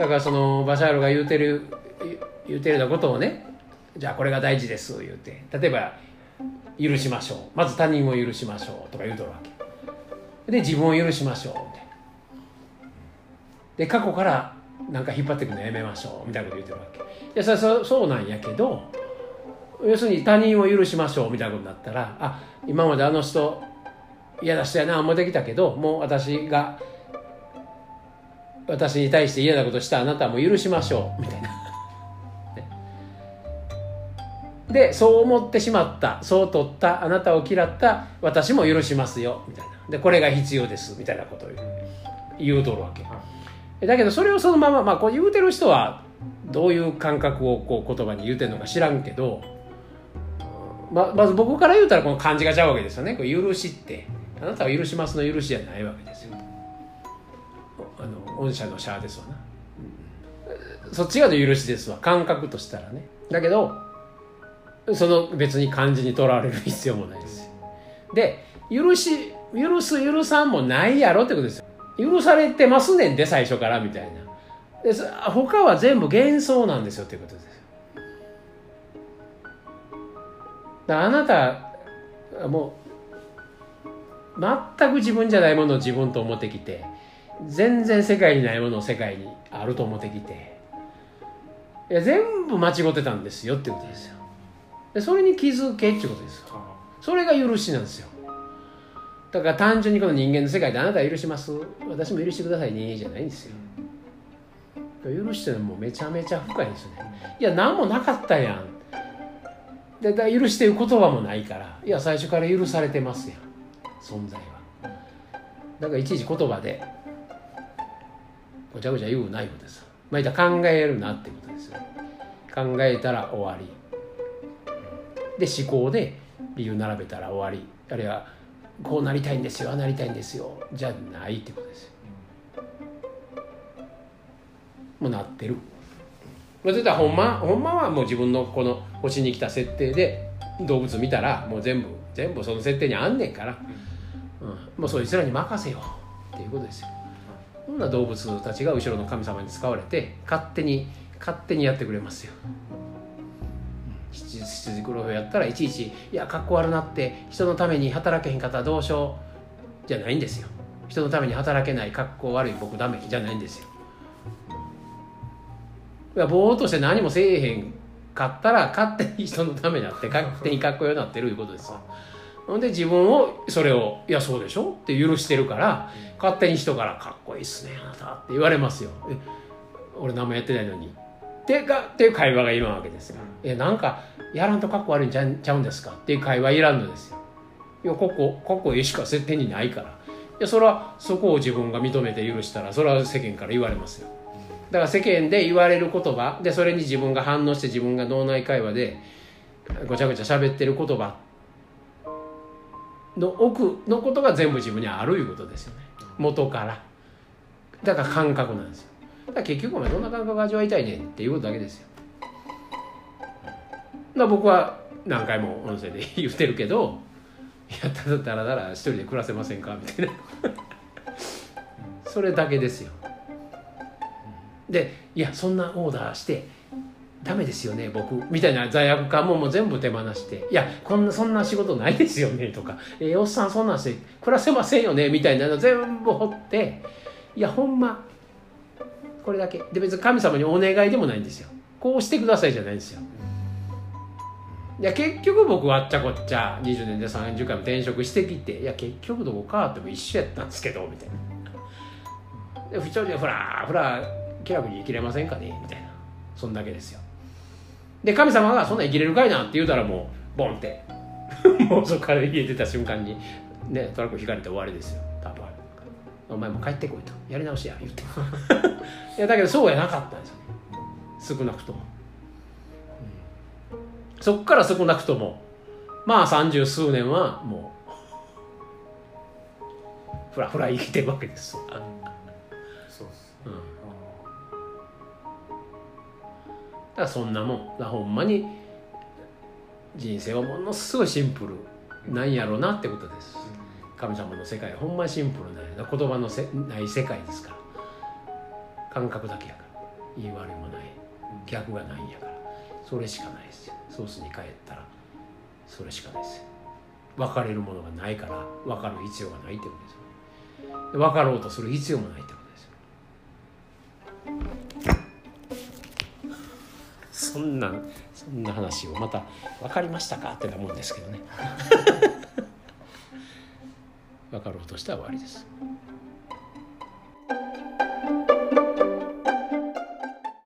だからそのバシャールが言うてるようなことをね、じゃあこれが大事です言うて、例えば許しましょう、まず他人を許しましょうとか言うとるわけで、自分を許しましょうみたいな、で過去からなんか引っ張ってくるのやめましょうみたいなこと言ってるわけ。いやそうなんやけど、要するに他人を許しましょうみたいなことになったら、あ、今まであの人嫌な人やな思ってきたけど、もう私に対して嫌なことしたあなたも許しましょうみたいなで、そう思ってしまった、そう取ったあなたを嫌った私も許しますよみたいな、でこれが必要ですみたいなことを言うとるわけ。だけどそれをそのまま、こう言うてる人はどういう感覚をこう言葉に言うてるのか知らんけど、まず僕から言うたらこの漢字がちゃうわけですよね。これ許しってあなたは許しますの許しじゃないわけですよ。御社の社ですわな、そっちがの許しですわ、感覚としたらね。だけどその別に漢字にとらわれる必要もないですよ。で、許す許さんもないやろってことですよ。許されてますねんで最初からみたいな。で他は全部幻想なんですよっていうことですよ。だからあなたもう全く自分じゃないものを自分と思ってきて、全然世界にないものを世界にあると思ってきて、いや全部間違ってたんですよっていうことですよ。でそれに気づけっていうことですよ。それが許しなんですよ。だから単純にこの人間の世界であなたは許します、私も許してくださいねじゃないんですよ。許してるのもめちゃめちゃ深いんですよね。いや何もなかったやん。でだ許してる言葉もないから、いや最初から許されてますやん、存在は。だからいちいち言葉でごちゃごちゃ言うないことです。考えるなってことですよ。考えたら終わりで、思考で理由並べたら終わり、あるいはこうなりたいんですよ、ああなりたいんですよじゃないってことですよ。もうなってる。それとはほんまはもう自分のこの星に来た設定で動物見たらもう全部その設定にあんねんから、もうそいつらに任せようっていうことですよ。そんな動物たちが後ろの神様に使われて勝手にやってくれますよ。羊黒をやったらいちいちいやかっこ悪なって人のために働けへんかったらどうしようじゃないんですよ。人のために働けないかっこ悪い僕ダメじゃないんですよ。ぼーっとして何もせえへんかったら勝手に人のためになって勝手にかっこよくなってるいうことですよ。ほんで自分をそれをいやそうでしょって許してるから勝手に人からかっこいいっすねあなたって言われますよ。俺何もやってないのにっていう会話がいるわけですよ。なんかやらんとかっこ悪いんちゃうんですかっていう会話いらんのですよ。いやここしか設定にないから、いやそれはそこを自分が認めて許したらそれは世間から言われますよ。だから世間で言われる言葉でそれに自分が反応して自分が脳内会話でごちゃごちゃ喋ってる言葉の奥のことが全部自分にあるいうことですよね、元から。だから感覚なんですよ。だから結局お前どんな感覚を味わいたいねんっていうことだけですよ。だ僕は何回も音声で言ってるけど、いやただ一人で暮らせませんかみたいなそれだけですよ。でいやそんなオーダーしてダメですよね僕みたいな罪悪感もう全部手放して、いやそんな仕事ないですよねとか、おっさんそんなんして暮らせませんよねみたいなの全部掘って、いやほんまこれだけで、別に神様にお願いでもないんですよ。こうしてくださいじゃないんですよ。いや結局僕はあっちゃこっちゃ20年で30回も転職してきて、いや結局どこ変わっても一緒やったんですけどみたいな。で不調でふらふら気楽に生きれませんかねみたいな、そんだけですよ。で神様がそんな生きれるかいなって言うたらもうボンってもうそこから家出た瞬間にねトラック引かれて終わりですよ多分。お前も帰ってこいとやり直しや言っていやだけどそうやなかったんですよね、少なくとも。そっから少なくともまあ30数年はもうふらふら生きてるわけです。そうです、だからそんなもんほんまに人生はものすごいシンプルなんやろうなってことです。神様の世界はほんまにシンプルなんやな、言葉のない世界ですから、感覚だけやから。 言い悪いもない、逆がないんやから、それしかないですよ。ソースに帰ったらそれしかないですよ。分かれるものがないから分かる必要がないってことですよ。分かろうとする必要もないってことですよ。そんな話をまた分かりましたかってなもんですけどね分かろうとしたら終わりです。